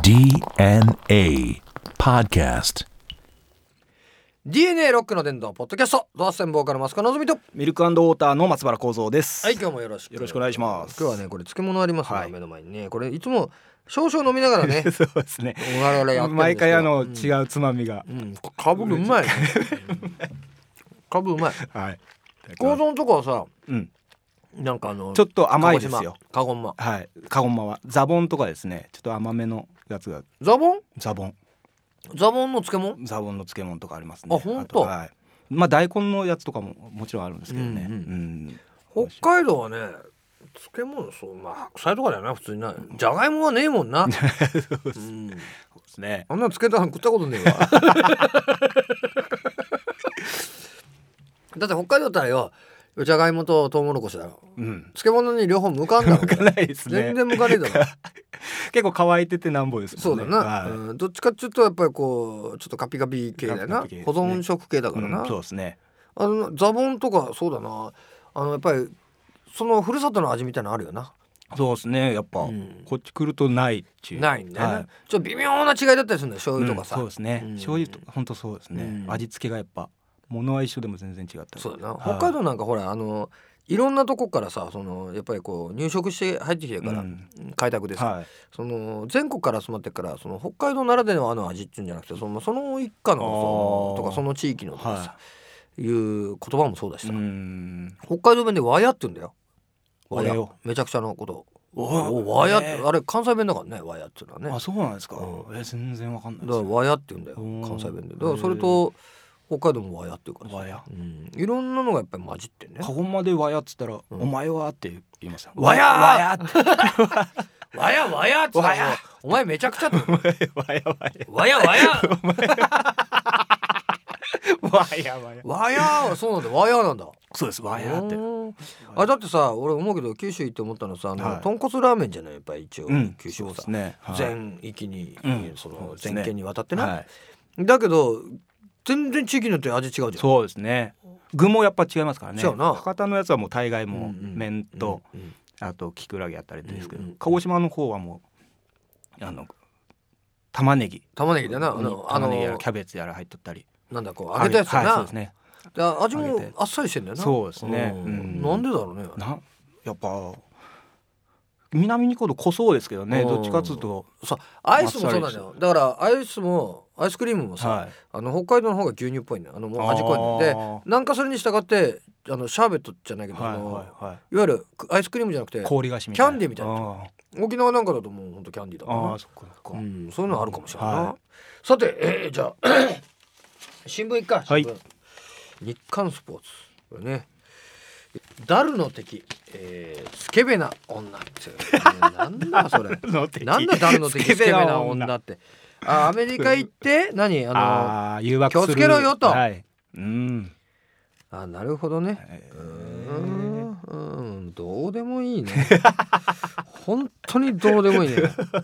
DNA Podcast DNA ロックの伝道ポッドキャストドアステンボーカルマスカのぞみとミルク&ウォーターの松原幸三です。 はい、今日もよろしくお願いします。 今日はねこれ漬物ありますね、 はい、 目の前にねこれいつも少々飲みながらねそうですね、 我々やってるんですけど毎回違うつまみが、 かぶうまいねかぶうまい。 はい、 構造のとこはさ、なんかちょっと甘いですよ。 カゴンマ、 はい、カゴンマはザボンとかですね、ちょっと甘めのやつが。 ザボンの漬物、 ザボンの漬物とかありますね。 あ、本当。 はい、まあ大根のやつとかももちろんあるんですけどね、 北海道はね漬物、そう、まあ白菜とかだよな普通にな。じゃがいもはねえもんなそうですね、 あんな漬けたの食ったことねえわだって北海道だったらよ、じゃがいもとトウモロコシだろ、漬物に両方向かんだろ。 向かないですね。 全然向かねえだろ結構乾いててなんぼですもんね。 そうだな、どっちかっていうとやっぱりこうちょっとカピカピ系だよな、保存食系だからな、 そうですね。 ザボンとかそうだな、やっぱりそのふるさとの味みたいなのあるよな。 そうですね、やっぱ、こっち来るとないっていう。 ないんだよね、ちょっと微妙な違いだったりするんだよ、醤油とかさ、 そうですね、醤油と本当そうですね、味付けがやっぱ物は一緒でも全然違ったり。 そうだな、北海道なんかほらいろんなとこからさ、やっぱりこう入植して入ってきてるから、開拓でさ、全国から集まってから北海道ならではの味っていうんじゃなくて、その一家のとかその地域のとかさ、いう言葉もそうだしさ、北海道弁でわやって言うんだよ。わや、めちゃくちゃのことわやって、あれ関西弁だからね、わやっていうのはね。 あ、そうなんですか。全然わかんないです。 だからわやって言うんだよ、関西弁で。だからそれと北海道もわやっていうからさ、 わや、 いろんなのがやっぱり混じってんね。 カゴンまでわやっつったら、お前はって言いました。 わやわやってわやわやっつったら、お前めちゃくちゃわやわやわやわやはそうなんだ、わやなんだ。 そうです、わやって。 あれだってさ、俺思うけど九州行って思ったのさ、豚骨ラーメンじゃない、やっぱり一応九州はさ、全域にその全県にわたってな。だけど全然地域によって味違うじゃん。 そうですね、具もやっぱ違いますからね。 違うな。 博多のやつはもう大概もう麺とあとキクラゲやったりですけど、鹿児島の方はもう玉ねぎだな、 玉ねぎやらキャベツやら入っとったり、 なんだこう揚げたやつだな。 そうですね、 味もあっさりしてんだよな。 そうですね、 なんでだろうね。 やっぱ南に行くほど濃そうですけどね、どっちかっつうとさ、アイスもそうなんだよ。だからアイスクリームもさ、北海道の方が牛乳っぽいんだよ。もう味濃いんだよ。で、なんかそれに従ってシャーベットじゃないけど、いわゆるアイスクリームじゃなくて氷菓子みたいな、 キャンディーみたいな。沖縄なんかだともうほんとキャンディーだな。そういうのあるかもしれないな。さて、じゃあ新聞いっか。日刊スポーツ、これね、ダルの敵、スケベな女ってなんだそれなんだダルの敵スケベな女って。アメリカ行って何誘惑する、 気をつけろよと。 なるほどね。どうでもいいね本当にどうでもいいね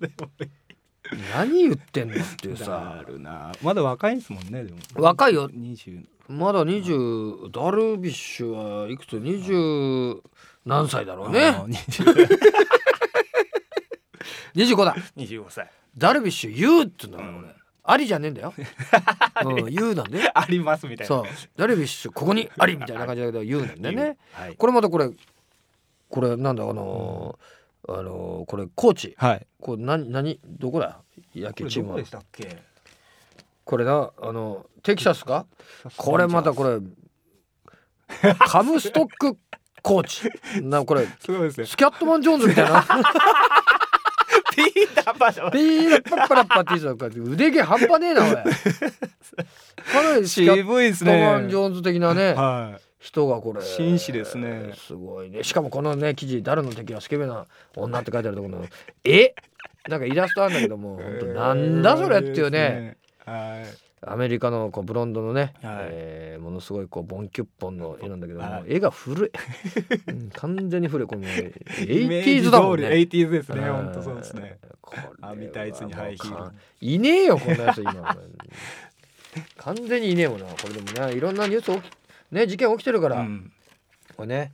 何言ってんのっていうさ。 まだ若いんですもんね。でも若いよ、 20 まだ20。ダルビッシュはいくつ、20何歳だろうね。25だ。 25歳。 ダルビッシュ言うって言うんだから、俺ありじゃねえんだよ言うなんでありますみたいな。 そう、ダルビッシュここにありみたいな感じだけど言うなんだよね。これまたこれなんだこれコーチ、これ何どこだ、野球チームは。 どこでしたっけ。 これな、テキサスか。これまたこれカムストックコーチこれすごいですね。 スキャットマン・ジョーンズみたいなピータパシャピーパッパラッパって言ってた。腕毛半端ねえなおいかなりスキャットマン・ジョーンズ的なね、人がこれ紳士ですね。 すごいね。しかもこのね記事、ダルの敵はスケベな女って書いてあるところのなんかイラストあるんだけども、本当なんだそれっていうね。アメリカのブロンドのね、ものすごいボンキュッポンの絵なんだけども、絵が古い完全に古い。これも 80s だもんね。 80s ですね。本当そうですね。網タイツにハイヒール。 いねえよこんなやつ今完全にいねえもんな。これでもね、いろんなニュース事件起きてるから、これね、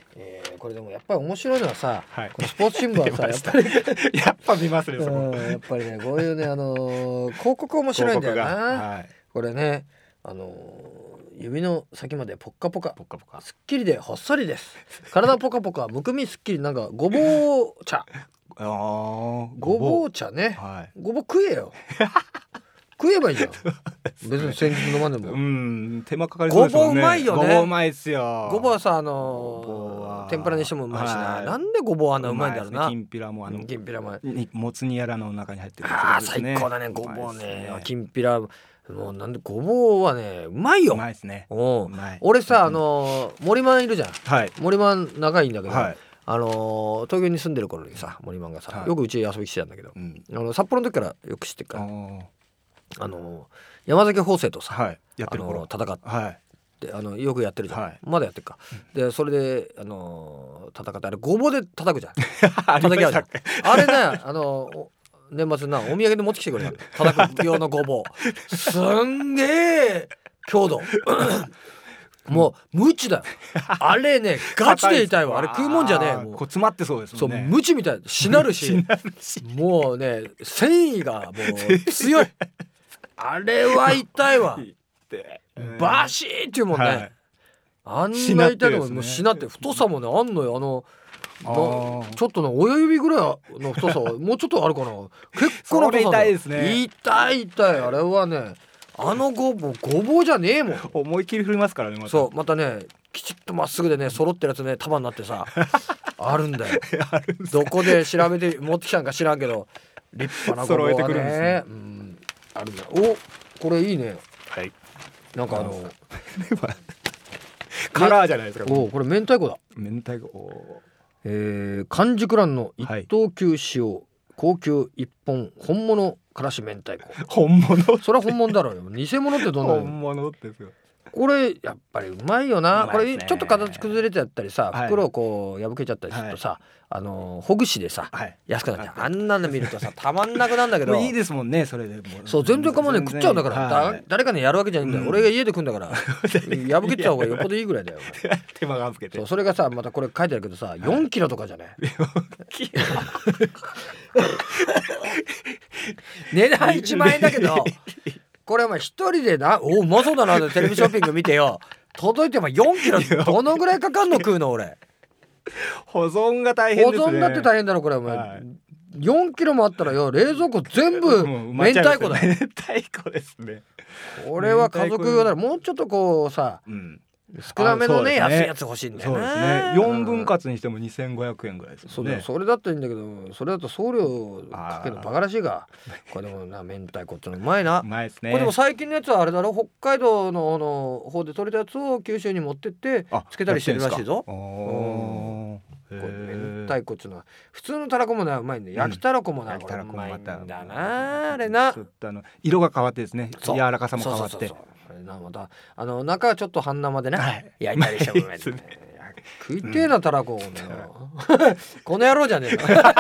これでもやっぱり面白いのはさ、 はい、 このスポーツ新聞はさやっぱりやっぱ見ますねそこ。 やっぱりねこういうね広告面白いんだよな、 はい、 これね指の先までポッカポカポッカポカすっきりでほっそりです。体ポカポカむくみすっきりなんかごぼう茶ごぼう茶ね、 はい、 ごぼう食えよ食えばいいじゃん別に先日飲まんでも。 手間かかりそうですもんね。 ごぼううまいよね。 ごぼううまいっすよ。 ごぼうはさ天ぷらにしてもうまいしな、 はい、 なんでごぼうあんなうまいんだろうな。 きんぴらもきんぴらももつ煮やらの中に入ってるやつですね。最高だねごぼうね。きんぴらもうなんでごぼうはねうまいよ。 うまいですね。 俺さ森マンいるじゃん、 はい、 森マン仲いいんだけど、 はい、 東京に住んでる頃にさ森マンがさ、よくうち遊び来てたんだけど、札幌の時からよく知ってるから山崎邦生とさ、 はい、やってる頃戦って、 はい、 よくやってるじゃん、 はい、 まだやってるか、でそれで戦ってあれごぼうで叩くじゃん叩き合うじゃんあれね年末なお土産で持ってきてくれた叩く用のごぼうすんげえ強度もう無知だよあれねガチで痛いわあれ食うもんじゃねえもう詰まってそうですもんね。 そう無知みたいしなるしもうね繊維がもう強いあれは痛いわバシーっていうもんね、はい、あんな痛いのもしなって太さもねあんのよちょっとね親指ぐらいの太さはもうちょっとあるかな結構な太さ痛いですね。 痛いあれはねごぼうじゃねえもん思いっきり振りますからねそうまたねきちっとまっすぐでね揃ってるやつね束になってさあるんだよどこで調べて持ってきたんか知らんけど立派なごぼうがね揃えてくるんですね、あるんだよ。これいいね。 はい。 なんかカラーじゃないですか。 これ明太子だ。 明太子。 完熟卵の一等級使用、高級一本本物からし明太子。 本物？ それは本物だろうよ。偽物ってどんなの？ 本物ですよ。 これやっぱりうまいよな。これちょっと形崩れちゃったりさ、袋をこう破けちゃったりするとさ、ほぐしでさ、安くなってあんなの見るとさたまんなくなんだけどいいですもんねそれで。 そう全然かまんない食っちゃうんだから誰かにやるわけじゃないんだよ。俺が家で食うんだから破けちゃう方がよっぽどいいぐらいだよ。 手間がつけて。 それがさまたこれ書いてあるけどさ4キロとかじゃね。値段1万円だけど。これお前一人でなうまそうだなってテレビショッピング見てよ届いても4キロどのぐらいかかんの食うの俺保存が大変ですね。 保存だって大変だろこれお前、4キロもあったらよ冷蔵庫全部明太子だよ。 明太子ですね。 これは家族用だろもうちょっとこうさ、少なめのね安いやつ欲しいんだよね。 そうですね。4分割にしても2500円ぐらいですもんね。 それだったらいいんだけどそれだと送料かけるのバカらしいがこれでもな明太子ってのうまいな。 うまいですね。 これでも最近のやつはあれだろ北海道の方で取れたやつを九州に持ってってつけたりしてるらしいぞ。これ明太子っていうのは普通のたらこもなうまいんで焼きたらこもなうまいんだなあれな。ちょっと色が変わってですね柔らかさも変わって。 また中はちょっと半生でね、焼いたりしても食いてえなたらここの野郎じゃねえか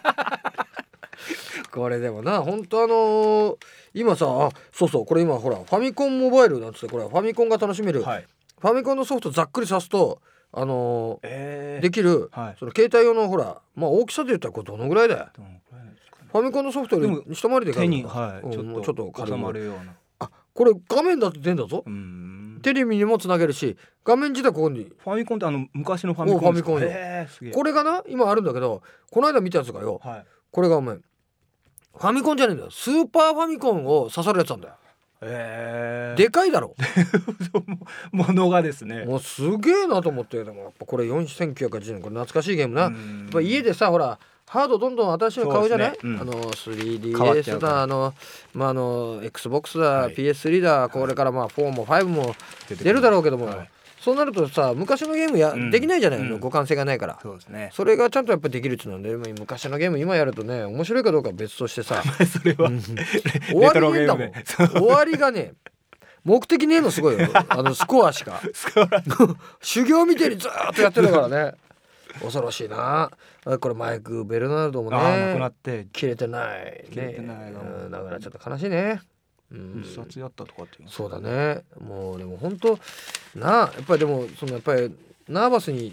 これでもな本当今さそうこれ今ほらファミコンモバイルなんつってこれファミコンが楽しめる、ファミコンのソフトざっくりさすとできる、その携帯用のほら大きさで言ったらこれどのぐらいだよ。ファミコンのソフトより下回りで手にちょっと収まるような。 これ画面だって出んだぞ。テレビにもつなげるし画面自体ここにファミコンって昔のファミコンですか。 これがな今あるんだけどこの間見たやつがよ、これがお前ファミコンじゃねえんだよスーパーファミコンを刺さるやつなんだよ。でかいだろものがですね。 もうすげえなと思って。でもやっぱこれ1980年これ懐かしいゲームな。やっぱ家でさほらハードどんどん新しいの買うじゃない、3DS だXbox だ、PS3 だこれから4も5も出るだろうけども、そうなるとさ昔のゲームできないじゃない、互換性がないから。 そうですね。 それがちゃんとやっぱできるっていうので昔のゲーム今やるとね面白いかどうかは別としてさそれは終わりねえんだもん。終わりがね目的ねえのすごいよスコアしか修行みたいにずーっとやってるからね恐ろしいな。これマイク・ベルナルドもね亡くなって切れてないね。だからちょっと悲しいね。 自殺やったとかっていうそうだね。もうでも本当やっぱりでもやっぱりナーバスに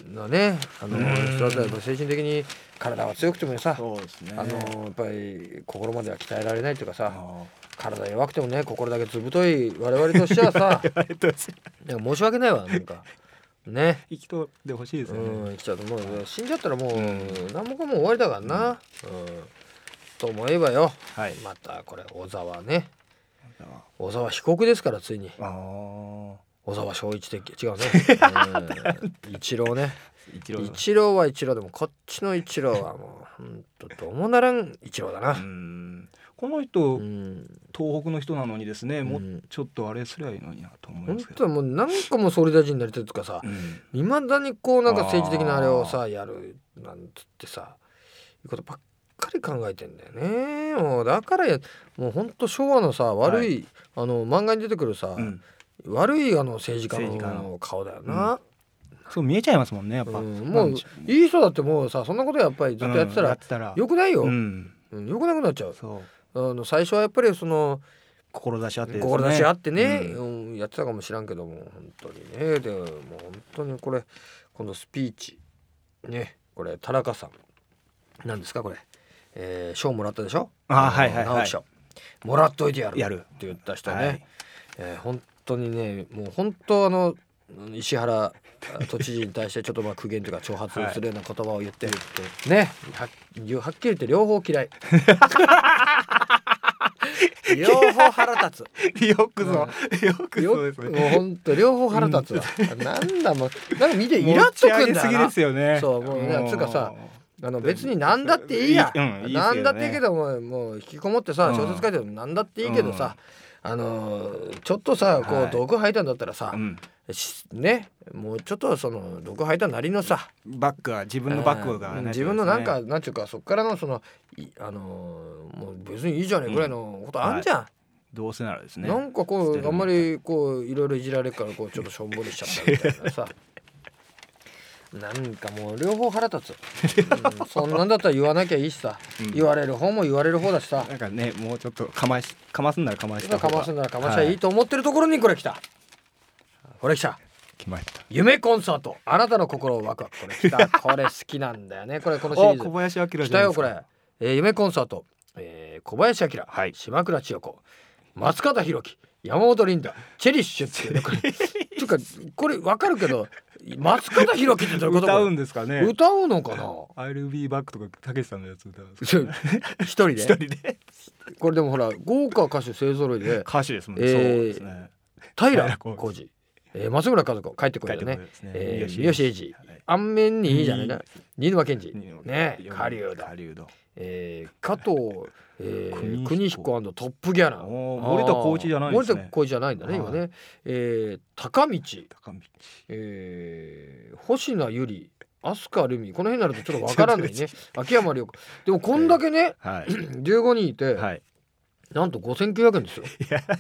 なね人だったらやっぱ精神的に体は強くてもさ、 そうですね、 やっぱり心までは鍛えられないというかさ、体弱くてもね心だけずぶとい我々としてはさなんか申し訳ないわなんかね生きとってほしいですよね。 生きちゃうともう死んじゃったらもう何もかも終わりだからな、と思えばよ、 はい、 またこれ小沢ね、小沢被告ですからついに小沢昭一的違うね一郎ね一郎は一郎でもこっちの一郎はもうほんとどうもならん一郎だな。 この人、東北の人なのにですね、もうちょっとあれすりゃいいのになと思いますけど、 本当はもう何個も総理大臣になりたいとかさ、いまだにこうなんか政治的なあれをさやるなんつってさいうことばっかり考えてんだよね。もうだからもうほんと昭和のさ悪い、漫画に出てくるさ、悪い政治家の顔だよな、 そう見えちゃいますもんねやっぱ、 もういい人だってもうさそんなことやっぱりずっとやってたらよくないよ、よくなくなっちゃう。最初はやっぱりその志あってね、やってたかもしらんけども本当にねでもう本当にこのスピーチねこれ田中さんなんですかこれ、賞もらったでしょ。直木賞もらっといてやるって言った人ね、本当にねもう本当石原都知事に対してちょっと苦言というか挑発するような言葉を言ってねはっきり言って両方嫌い両方腹立つよくぞですね。 もう本当両方腹立つわ、なんだもうなんか見てイラッとくんだよな。そうもうねつうかさ別に何だっていいや、何だっていいけどもう引きこもってさ小説書いてる何だっていいけどさ、ちょっとさこう毒吐いたんだったらさ、ねもうちょっとその毒吐いたなりのさバックは自分のバックが、 自分のなんかなんていうかそっからのそのもう別にいいじゃねえぐらいのことあんじゃん、 どうせならですね。 なんかこうあんまりこういろいろいじられるからこうちょっとしょんぼりしちゃったみたいなさなんかもう両方腹立つ、そんなんだったら言わなきゃいいしさ、言われる方も言われる方だしさ、 なんかねもうちょっとかますんならかました方がかますんならかましゃいいと思ってるところにこれ来た、 来ました。 夢コンサートあなたの心をワクワク、これ来たこれ好きなんだよねこのシリーズ。 小林明来たよこれ、夢コンサート、小林明、島倉千代子、松方弘樹、山本リンダ、チェリッシュっていうねこれつうかこれ分かるけど松方弘樹ってどういうこと？ 歌うんですかね。 歌うのかな。 I'll be back とかたけしさんのやつ歌う一人でこれでもほら豪華歌手勢ぞろいで歌手ですもんね。そうですね。 平浩二、松村和子帰ってこいだね、三好英二、アンメンにいいじゃないな、新沼謙治ね、狩人、加藤邦彦&トップギャラン、 森田光一じゃないんですね。 森田光一じゃないんだね今ね、高道、星名由里、飛鳥留美、この辺になるとちょっとわからないね秋山涼子。でもこんだけね、15人いて、なんと5900円ですよ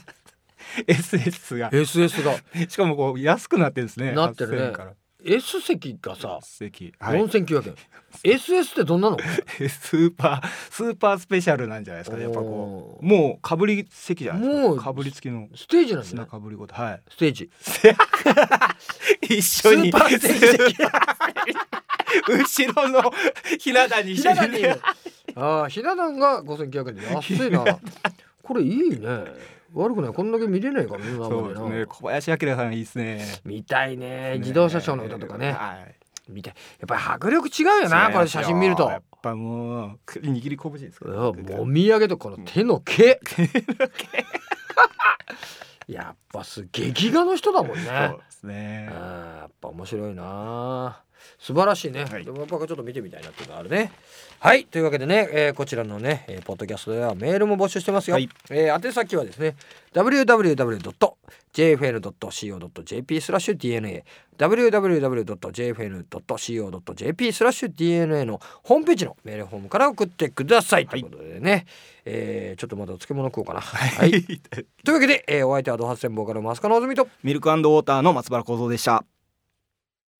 SS がしかもこう安くなってるんですね。 なってるね。S 席がさ4900円、SS ってどんなの？ スーパースペシャルなんじゃないですかね。やっぱこうもうかぶり席じゃないですか。かぶり付きのステージなんですね。 かぶりごと、 ステージ一緒にスーパーステージ後ろのひな壇に一緒にひな壇が5900円で安いなこれいいね、悪くない。こんだけ見れないからね。 そうですね。小林明さんいいですね。 見たいね。自動車ショーの歌とかね。見たい。やっぱり迫力違うよな。これ写真見ると。 やっぱもう握り拳ですから。 もみあげとこの手の毛。やっぱ劇画の人だもんね。 そうですね。 やっぱ面白いな。素晴らしいね。でもやっぱちょっと見てみたいなっていうのがあるね。はい、というわけでね、こちらのね、ポッドキャストではメールも募集してますよ。宛先はですね www.jfn.co.jp/dna www.jfn.co.jp/dna のホームページのメールフォームから送ってください、ということでね、ちょっとまだお漬物食おうかな。はい、というわけで、お相手はドハッセンボーカルマスカのおずみとミルク&ウォーターの松原幸三でした。